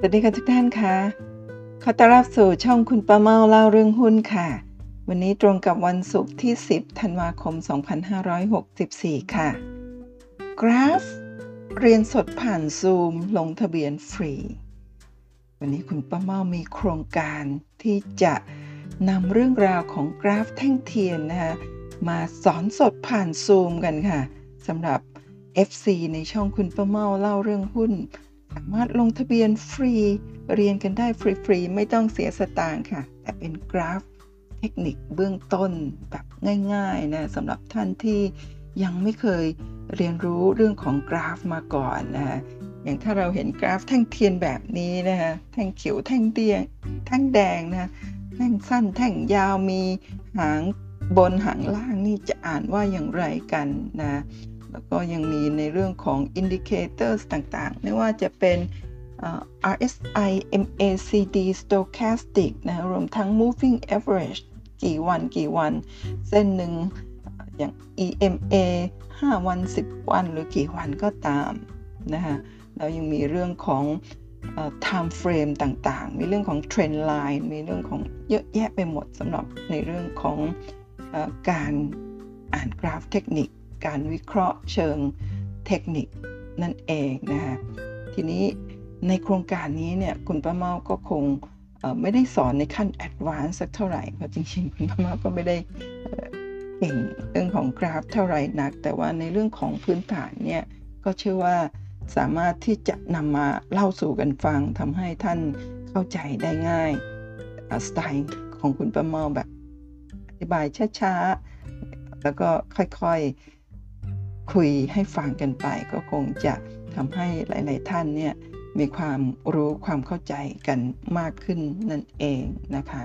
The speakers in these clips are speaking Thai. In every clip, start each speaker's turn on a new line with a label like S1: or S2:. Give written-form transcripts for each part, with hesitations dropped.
S1: สวัสดีค่ะทุกท่านค่ะขอต้อนรับสู่ช่องคุณป้าเมาเล่าเรื่องหุ้นค่ะวันนี้ตรงกับวันศุกร์ที่10ธันวาคม2564ค่ะกราฟเรียนสดผ่านซูมลงทะเบียนฟรีวันนี้คุณป้าเมามีโครงการที่จะนำเรื่องราวของกราฟแท่งเทียนนะคะมาสอนสดผ่านซูมกันค่ะสำหรับ FC ในช่องคุณป้าเมาเล่าเรื่องหุ้นสามารถลงทะเบียนฟรีเรียนกันได้ฟรีๆไม่ต้องเสียสตางค์ค่ะแต่เป็นกราฟเทคนิคเบื้องต้นแบบง่ายๆนะสำหรับท่านที่ยังไม่เคยเรียนรู้เรื่องของกราฟมาก่อนนะคะอย่างถ้าเราเห็นกราฟแท่งเทียนแบบนี้นะคะแท่งเขียวแท่งแดงนะแท่งสั้นแท่งยาวมีหางบนหางล่างนี่จะอ่านว่าอย่างไรกันนะแล้วก็ยังมีในเรื่องของ indicators ต่างๆไม่ว่าจะเป็นRSI MACD Stochastic นะรวมทั้ง Moving Average กี่วันเส้นหนึ่งอย่าง EMA 5 วัน 10 วันหรือกี่วันก็ตามนะคะแล้วยังมีเรื่องของtime frame ต่างๆมีเรื่องของ trend line มีเรื่องของเยอะแยะไปหมดสำหรับในเรื่องของการอ่านกราฟเทคนิคการวิเคราะห์เชิงเทคนิคนั่นเองนะคะทีนี้ในโครงการนี้เนี่ยคุณป้าเมาก็คงไม่ได้สอนในขั้นแอดวานซ์สักเท่าไหร่เพราะจริงๆคุณป้าเมาก็ไม่ได้เก่งเรื่องของกราฟเท่าไหร่นักแต่ว่าในเรื่องของพื้นฐานเนี่ยก็เชื่อว่าสามารถที่จะนำมาเล่าสู่กันฟังทำให้ท่านเข้าใจได้ง่ายสไตล์ของคุณป้าเมาแบบอธิบายช้าๆแล้วก็ค่อยๆคุยให้ฟังกันไปก็คงจะทำให้หลายๆท่านเนี่ยมีความรู้ความเข้าใจกันมากขึ้นนั่นเองนะคะ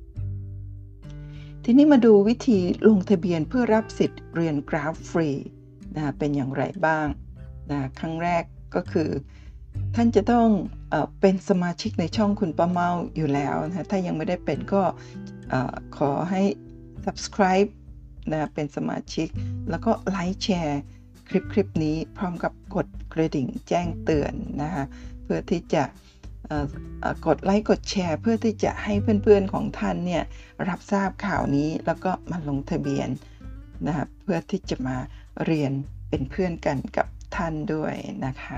S1: ทีนี้มาดูวิธีลงทะเบียนเพื่อรับสิทธิ์เรียนกราฟฟรีนะเป็นอย่างไรบ้างนะครั้งแรกก็คือท่านจะต้องเป็นสมาชิกในช่องคุณป้าเมาอยู่แล้วนะถ้ายังไม่ได้เป็นก็ขอให้ subscribe นะเป็นสมาชิกแล้วก็ไลค์แชร์คลิปนี้พร้อมกับกดกระดิ่งแจ้งเตือนนะคะเพื่อที่จะกดไลค์กดแชร์เพื่อที่จะให้เพื่อนๆของท่านเนี่ยรับทราบข่าวนี้แล้วก็มาลงทะเบียนนะคะเพื่อที่จะมาเรียนเป็นเพื่อนกันกับท่านด้วยนะคะ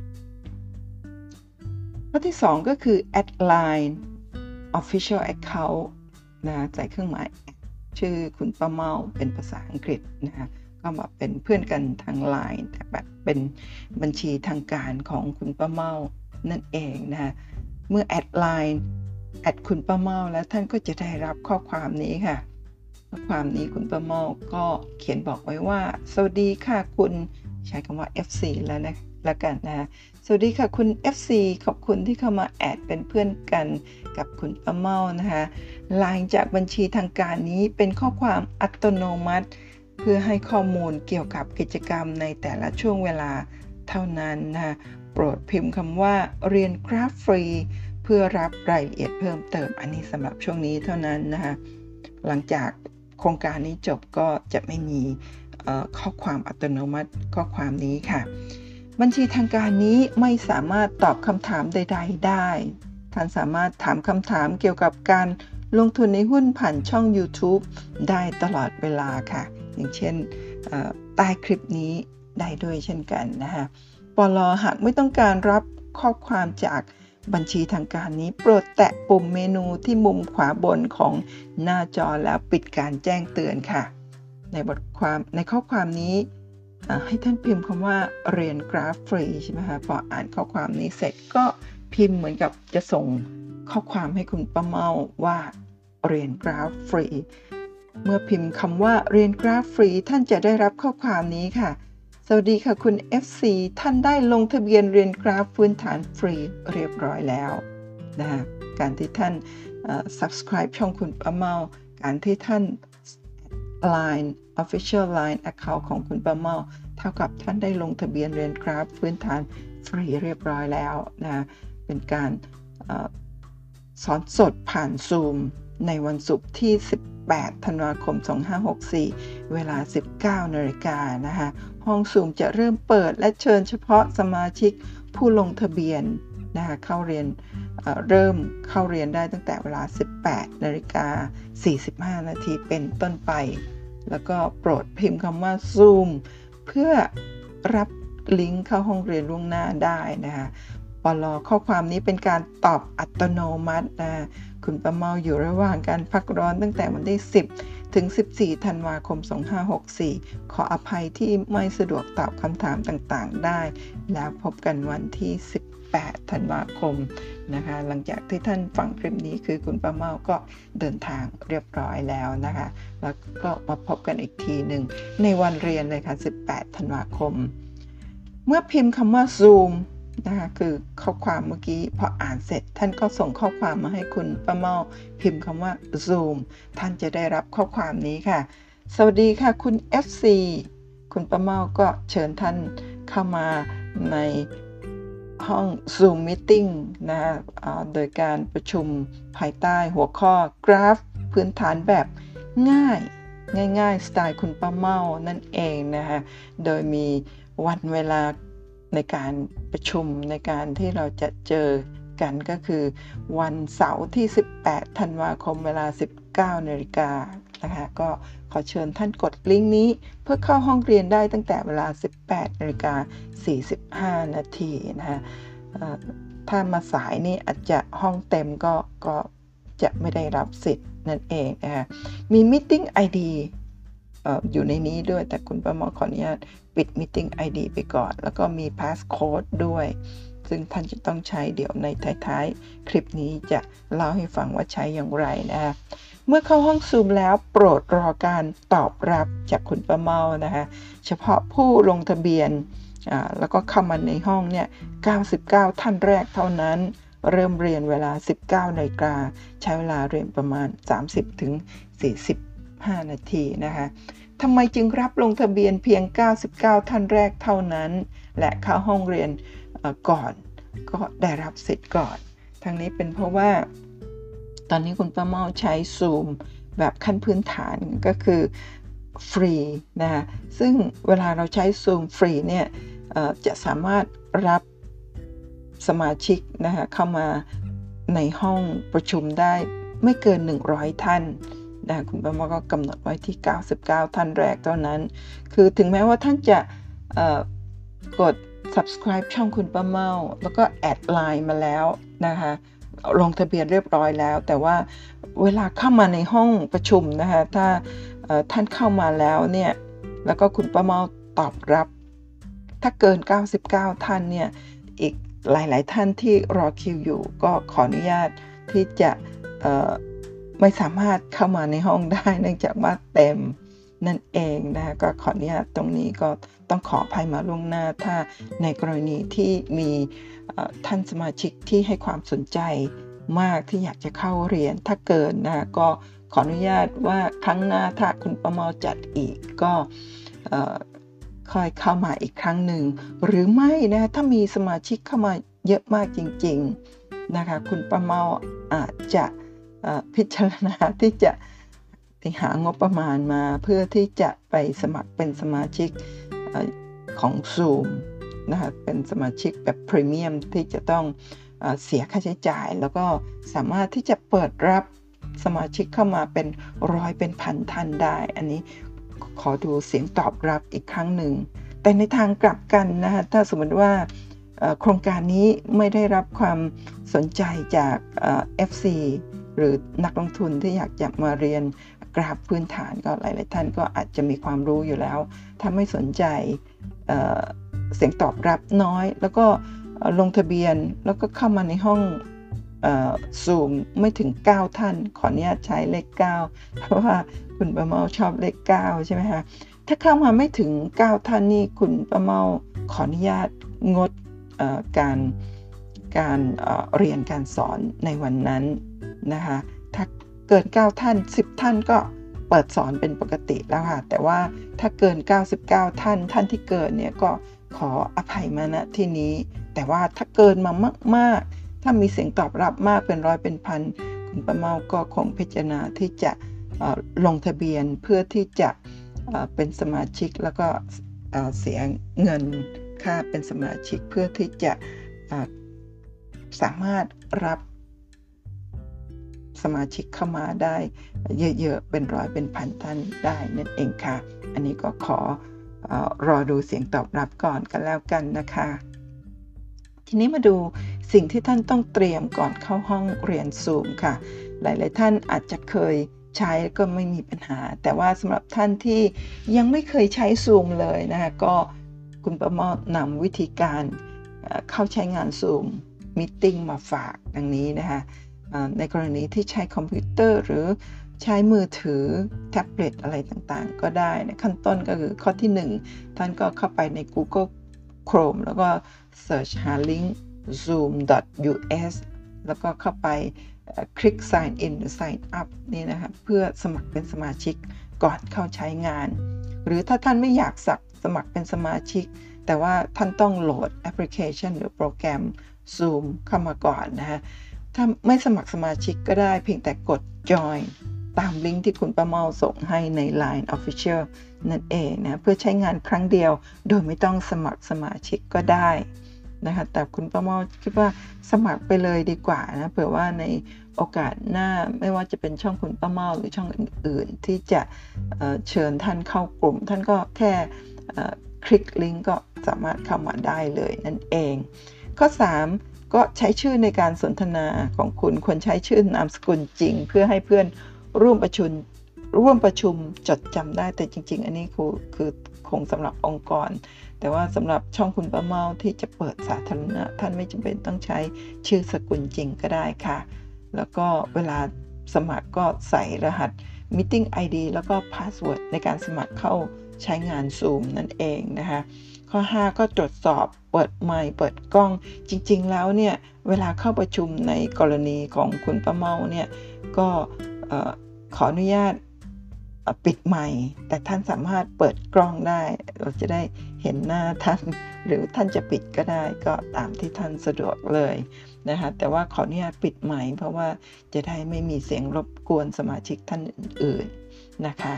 S1: ข้อที่2ก็คือ add line official account นะใส่เครื่องหมายชื่อคุณป้าเมาเป็นภาษาอังกฤษนะคะก็มาเป็นเพื่อนกันทาง LINE แต่แบบเป็นบัญชีทางการของคุณป้าเมานั่นเองนะคะเมื่อแอดไลน์แอดคุณป้าเมาแล้วท่านก็จะได้รับข้อความนี้ค่ะข้อความนี้คุณป้าเมาก็เขียนบอกไว้ว่าสวัสดีค่ะคุณใช้คำว่า FC แล้วกันนะสวัสดีค่ะคุณ FC ขอบคุณที่เข้ามาแอดเป็นเพื่อนกันกับคุณป้าเมานะคะไลน์จากบัญชีทางการนี้เป็นข้อความอัตโนมัติเพื่อให้ข้อมูลเกี่ยวกับกิจกรรมในแต่ละช่วงเวลาเท่านั้นนะคะโปรดพิมพ์คำว่าเรียนกราฟฟรีเพื่อรับรายละเอียดเพิ่มเติมอันนี้สำหรับช่วงนี้เท่านั้นนะคะหลังจากโครงการนี้จบก็จะไม่มีข้อความอัตโนมัติข้อความนี้ค่ะบัญชีทางการนี้ไม่สามารถตอบคำถามใดๆได้ท่านสามารถถามคำถามเกี่ยวกับการลงทุนในหุ้นผ่านช่อง YouTube ได้ตลอดเวลาค่ะอย่างเช่นใต้คลิปนี้ได้ด้วยเช่นกันนะคะปล.หากไม่ต้องการรับข้อความจากบัญชีทางการนี้โปรดแตะปุ่มเมนูที่มุมขวาบนของหน้าจอแล้วปิดการแจ้งเตือนค่ะในข้อความนี้ให้ท่านพิมพ์คำว่าเรียนกราฟฟรีใช่ไหมคะพออ่านข้อความนี้เสร็จก็พิมพ์เหมือนกับจะส่งข้อความให้คุณป้าเมาว่าเรียนกราฟฟรีเมื่อพิมพ์คำว่าเรียนกราฟฟรีท่านจะได้รับข้อความนี้ค่ะสวัสดีค่ะคุณ FC ท่านได้ลงทะเบียนเรียนกราฟพื้นฐานฟรีเรียบร้อยแล้วนะคะการที่ท่าน subscribe ช่องคุณป้าเมาการที่ท่าน Line Official Line Account ของคุณป้าเมาเท่ากับท่านได้ลงทะเบียนเรียนกราฟพื้นฐานฟรีเรียบร้อยแล้วนะเป็นการสอนสดผ่านซูมในวันศุกร์ที่18ธันวาคม2564เวลา 19 นาฬิกานะคะห้องซูมจะเริ่มเปิดและเชิญเฉพาะสมาชิกผู้ลงทะเบียนนะคะเข้าเรียนเริ่มเข้าเรียนได้ตั้งแต่เวลา 18:45 นาทีเป็นต้นไปแล้วก็โปรดพิมพ์คำว่า Zoom เพื่อรับลิงก์เข้าห้องเรียนล่วงหน้าได้นะคะปลข้อความนี้เป็นการตอบอัตโนมัตินะคุณประเมาอยู่ระหว่างการพักร้อนตั้งแต่วันที่10 ถึง 14 ธันวาคม 2564 ขออภัยที่ไม่สะดวกตอบคำถามต่างๆได้แล้วพบกันวันที่ 18 ธันวาคมนะคะหลังจากที่ท่านฟังคลิปนี้คือคุณประเมาก็เดินทางเรียบร้อยแล้วนะคะแล้วก็มาพบกันอีกทีหนึ่งในวันเรียนเลยค่ะ 18 ธันวาคมเมื่อพิมพ์คำว่า Zoom นะคะคือข้อความเมื่อกี้พออ่านเสร็จท่านก็ส่งข้อความมาให้คุณประเมาพิมพ์คำว่า Zoom ท่านจะได้รับข้อความนี้ค่ะสวัสดีค่ะคุณ FC คุณประเมาก็เชิญท่านเข้ามาในห้อง Zoom Meeting นะโดยการประชุมภายใต้หัวข้อกราฟพื้นฐานแบบง่ายสไตล์คุณประเมานั่นเองนะคะโดยมีวันเวลาในการประชุมในการที่เราจะเจอกันก็คือวันเสาร์ที่ 18 ธันวาคมเวลา 19 นาฬิกานะคะก็ขอเชิญท่านกดลิงก์นี้เพื่อเข้าห้องเรียนได้ตั้งแต่เวลา 18 นาฬิกา 45 นาทีนะคะถ้ามาสายนี่อาจจะห้องเต็มก็จะไม่ได้รับสิทธิ์นั่นเองนะคะมี Meeting ID อยู่ในนี้ด้วยแต่คุณประเมาขออนุญาตปิด Meeting ID ไปก่อนแล้วก็มี Passcode ด้วยซึ่งท่านจะต้องใช้เดี๋ยวในท้ายๆคลิปนี้จะเล่าให้ฟังว่าใช้อย่างไรนะคะเมื่อเข้าห้อง Zoom แล้วโปรดรอการตอบรับจากคุณประเมานะคะเฉพาะผู้ลงทะเบียนแล้วก็เข้ามาในห้องเนี่ย99 ท่านแรกเท่านั้นเริ่มเรียนเวลา 19 นาฬิกาใช้เวลาเรียนประมาณ 30-45 นาทีนะคะทำไมจึงรับลงทะเบียนเพียง99 ท่านแรกเท่านั้นและเข้าห้องเรียนก่อนก็ได้รับสิทธิ์ก่อนทั้งนี้เป็นเพราะว่าตอนนี้คุณประเมาใช้ Zoom แบบขั้นพื้นฐานก็คือฟรีนะคะซึ่งเวลาเราใช้ Zoom ฟรีเนี่ยจะสามารถรับสมาชิกนะคะเข้ามาในห้องประชุมได้ไม่เกิน100 ท่านนะคุณประเมาก็กำหนดไว้ที่99 ท่านแรกเท่านั้นคือถึงแม้ว่าท่านจะกด subscribe ช่องคุณประเมาแล้วก็แอดไลน์มาแล้วนะคะลงทะเบียนเรียบร้อยแล้วแต่ว่าเวลาเข้ามาในห้องประชุมนะคะถ้าท่านเข้ามาแล้วเนี่ยแล้วก็คุณประเมาตอบรับถ้าเกิน99 ท่านเนี่ยอีกหลายๆท่านที่รอคิวอยู่ก็ขออนุญาตที่จะไม่สามารถเข้ามาในห้องได้เนื่องจากว่าเต็มนั่นเองนะก็ขออนุญาตตรงนี้ก็ต้องขออภัยมาล่วงหน้าถ้าในกรณีที่มีท่านสมาชิกที่ให้ความสนใจมากที่อยากจะเข้าเรียนถ้าเกินนะก็ขออนุญาตว่าครั้งหน้าถ้าคุณประเมาจัดอีกก็ค่อยเข้ามาอีกครั้งหนึ่งหรือไม่นะถ้ามีสมาชิกเข้ามาเยอะมากจริงๆนะคะคุณประเมาอาจจะพิจารณาที่จะหางบประมาณมาเพื่อที่จะไปสมัครเป็นสมาชิกของ Zoom นะคะเป็นสมาชิกแบบพรีเมียมที่จะต้องเสียค่าใช้จ่ายแล้วก็สามารถที่จะเปิดรับสมาชิกเข้ามาเป็นร้อยเป็นพันท่านได้อันนี้ขอดูเสียงตอบรับอีกครั้งหนึ่งแต่ในทางกลับกันนะคะถ้าสมมติว่าโครงการนี้ไม่ได้รับความสนใจจาก FC หรือนักลงทุนที่อยากจะมาเรียนกราฟพื้นฐานก็หลายๆท่านก็อาจจะมีความรู้อยู่แล้วถ้าไม่สนใจเสียงตอบรับน้อยแล้วก็ลงทะเบียนแล้วก็เข้ามาในห้องZoom ไม่ถึง9ท่านขออนุญาตใช้เลข9เพราะว่าคุณประเมาชอบเลข9ใช่ไหมคะถ้าเข้ามาไม่ถึง9ท่านนี่คุณประเมาขออนุญาตงดการเรียนการสอนในวันนั้นนะคะถ้าเกิน9ท่าน10ท่านก็เปิดสอนเป็นปกติแล้วค่ะแต่ว่าถ้าเกิน99ท่านที่เกินเนี่ยก็ขออภัยมาณที่นี้แต่ว่าถ้าเกินมามากๆถ้ามีเสียงตอบรับมากเป็นร้อยเป็นพันคุณประเมาก็คงพิจารณาที่จะลงทะเบียนเพื่อที่จะเป็นสมาชิกแล้วก็เสียเงินค่าเป็นสมาชิกเพื่อที่จะสามารถรับสมาชิกเข้ามาได้เยอะๆเป็นร้อยเป็นพันท่านได้นั่นเองค่ะอันนี้ก็ขอรอดูเสียงตอบรับก่อนกันแล้วกันนะคะทีนี้มาดูสิ่งที่ท่านต้องเตรียมก่อนเข้าห้องเรียน Zoom ค่ะหลายๆท่านอาจจะเคยใช้ก็ไม่มีปัญหาแต่ว่าสำหรับท่านที่ยังไม่เคยใช้ Zoom เลยนะคะก็คุณประเมานำวิธีการเข้าใช้งาน Zoom Meeting มาฝากดังนี้นะคะในกรณีที่ใช้คอมพิวเตอร์หรือใช้มือถือแท็บเล็ตอะไรต่างๆก็ได้นะขั้นต้นก็คือข้อที่1ท่านก็เข้าไปใน Google Chrome แล้วก็ search หาลิงก์ zoom.us แล้วก็เข้าไปคลิก sign in หรือ sign up นี่นะคะเพื่อสมัครเป็นสมาชิกก่อนเข้าใช้งานหรือถ้าท่านไม่อยากสมัครเป็นสมาชิกแต่ว่าท่านต้องโหลดแอปพลิเคชันหรือโปรแกรม Zoom เข้ามาก่อนนะคะถ้าไม่สมัครสมาชิกก็ได้เพียงแต่กด join ตามลิงก์ที่คุณประเมาส่งให้ใน Line Official นั่นเองนะเพื่อใช้งานครั้งเดียวโดยไม่ต้องสมัครสมาชิกก็ได้นะคะแต่คุณประเมาคิดว่าสมัครไปเลยดีกว่านะเผื่อว่าในโอกาสหน้าไม่ว่าจะเป็นช่องคุณประเมาหรือช่องอื่นๆที่จะเชิญท่านเข้ากลุ่มท่านก็แค่คลิกลิงก์ก็สามารถเข้ามาได้เลยนั่นเองข้อ3ก็ใช้ชื่อในการสนทนาของคุณควรใช้ชื่อนามสกุลจริงเพื่อให้เพื่อนร่วมประชุมจดจำได้แต่จริงๆอันนี้คือคงสำหรับองค์กรแต่ว่าสำหรับช่องคุณประเมาที่จะเปิดสาธารณะท่านไม่จำเป็นต้องใช้ชื่อสกุลจริงก็ได้ค่ะแล้วก็เวลาสมัครก็ใส่รหัส Meeting ID แล้วก็ Password ในการสมัครเข้าใช้งาน Zoom นั่นเองนะคะข้อ5ก็ตรวจสอบเปิดไมค์เปิดกล้องจริงๆแล้วเนี่ยเวลาเข้าประชุมในกรณีของคุณประเมาเนี่ยก็ขออนุญาตปิดไมค์แต่ท่านสามารถเปิดกล้องได้เราจะได้เห็นหน้าท่านหรือท่านจะปิดก็ได้ก็ตามที่ท่านสะดวกเลยนะคะแต่ว่าขออนุญาตปิดไมค์เพราะว่าจะได้ไม่มีเสียงรบกวนสมาชิกท่านอื่นๆนะคะ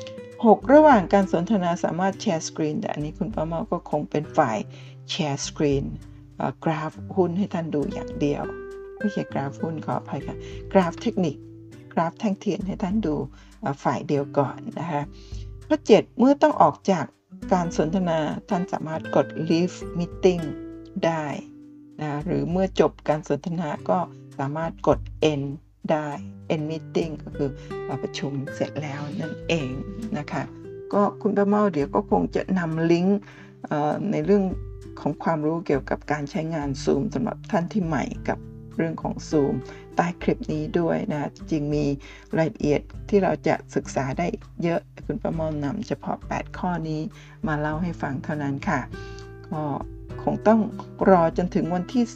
S1: 6ระหว่างการสนทนาสามารถแชร์สกรีนแต่อันนี้คุณประเมาก็คงเป็นฝ่ายแชร์สกรีนกราฟหุ้นให้ท่านดูอย่างเดียวไม่ใช่กราฟหุ้นขออภัยค่ะกราฟเทคนิคกราฟแท่งเทียนให้ท่านดูฝ่ายเดียวก่อนนะคะข้อ7เมื่อต้องออกจากการสนทนาท่านสามารถกด leave meeting ได้นะหรือเมื่อจบการสนทนาก็สามารถกด end ได้ end meeting ก็คือประชุมเสร็จแล้วนั่นเองนะคะก็คุณประเมาเดี๋ยวก็คงจะนำลิงก์ในเรื่องของความรู้เกี่ยวกับการใช้งาน Zoom สำหรับท่านที่ใหม่กับเรื่องของ Zoom ใต้คลิปนี้ด้วยนะจริงมีรายละเอียดที่เราจะศึกษาได้เยอะคุณประเมานำเฉพาะ8ข้อนี้มาเล่าให้ฟังเท่านั้นค่ะก็คงต้องรอจนถึงวันที่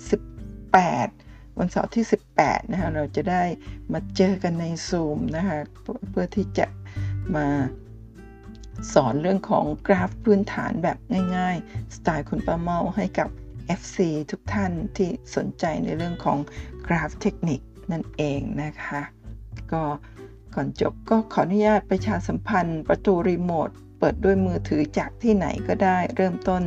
S1: 18วันเสาร์ที่18นะคะเราจะได้มาเจอกันใน Zoom นะคะเพื่อที่จะมาสอนเรื่องของกราฟพื้นฐานแบบง่ายๆสไตล์คุณประเมาให้กับ FC ทุกท่านที่สนใจในเรื่องของกราฟเทคนิคนั่นเองนะคะก็ก่อนจบก็ขออนุญาตประชาสัมพันธ์ประตูรีโมทเปิดด้วยมือถือจากที่ไหนก็ได้เริ่มต้น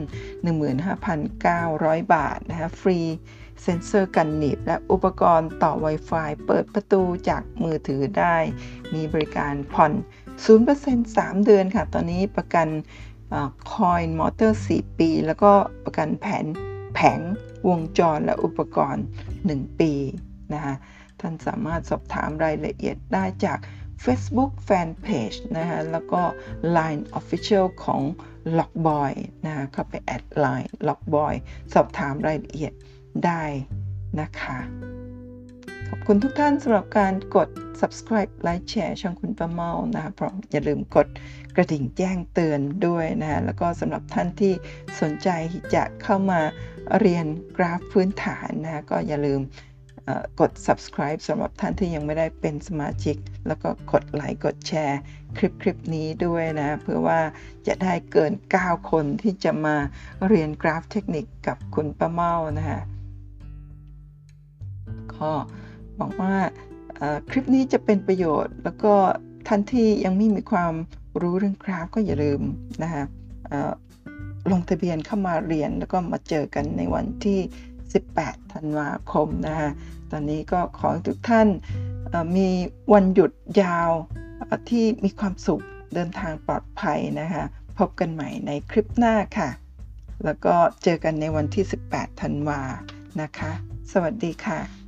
S1: 15,900 บาทนะคะฟรีเซ็นเซอร์กันหนีบและอุปกรณ์ต่อ Wi-Fi เปิดประตูจากมือถือได้มีบริการผ่อน 0% 3 เดือนค่ะตอนนี้ประกันคอยน์มอเตอร์4 ปีแล้วก็ประกันแผงวงจรและอุปกรณ์1 ปีนะคะท่านสามารถสอบถามรายละเอียดได้จาก Facebook Fanpage นะคะแล้วก็ Line Official ของ Lockboy นะคะเข้าไปแอด Line Lockboy สอบถามรายละเอียดได้นะคะขอบคุณทุกท่านสำหรับการกด subscribe ไลค์แชร์ช่องคุณประเมานะคะพร้อมอย่าลืมกดกระดิ่งแจ้งเตือนด้วยนะแล้วก็สำหรับท่านที่สนใจจะเข้ามาเรียนกราฟพื้นฐานนะก็อย่าลืมกด subscribe สำหรับท่านที่ยังไม่ได้เป็นสมาชิกแล้วก็กดไลค์กดแชร์คลิปนี้ด้วยนะเพื่อว่าจะได้เกิน9 คนที่จะมาเรียนกราฟเทคนิคกับคุณประเมานะคะก็หวังว่าคลิปนี้จะเป็นประโยชน์แล้วก็ท่านที่ยังไม่มีความรู้เรื่องกราฟก็อย่าลืมนะคะลงทะเบียนเข้ามาเรียนแล้วก็มาเจอกันในวันที่ 18 ธันวาคมนะคะตอนนี้ก็ขอให้ทุกท่านมีวันหยุดยาวที่มีความสุขเดินทางปลอดภัยนะคะพบกันใหม่ในคลิปหน้าค่ะแล้วก็เจอกันในวันที่18 ธันวานะคะสวัสดีค่ะ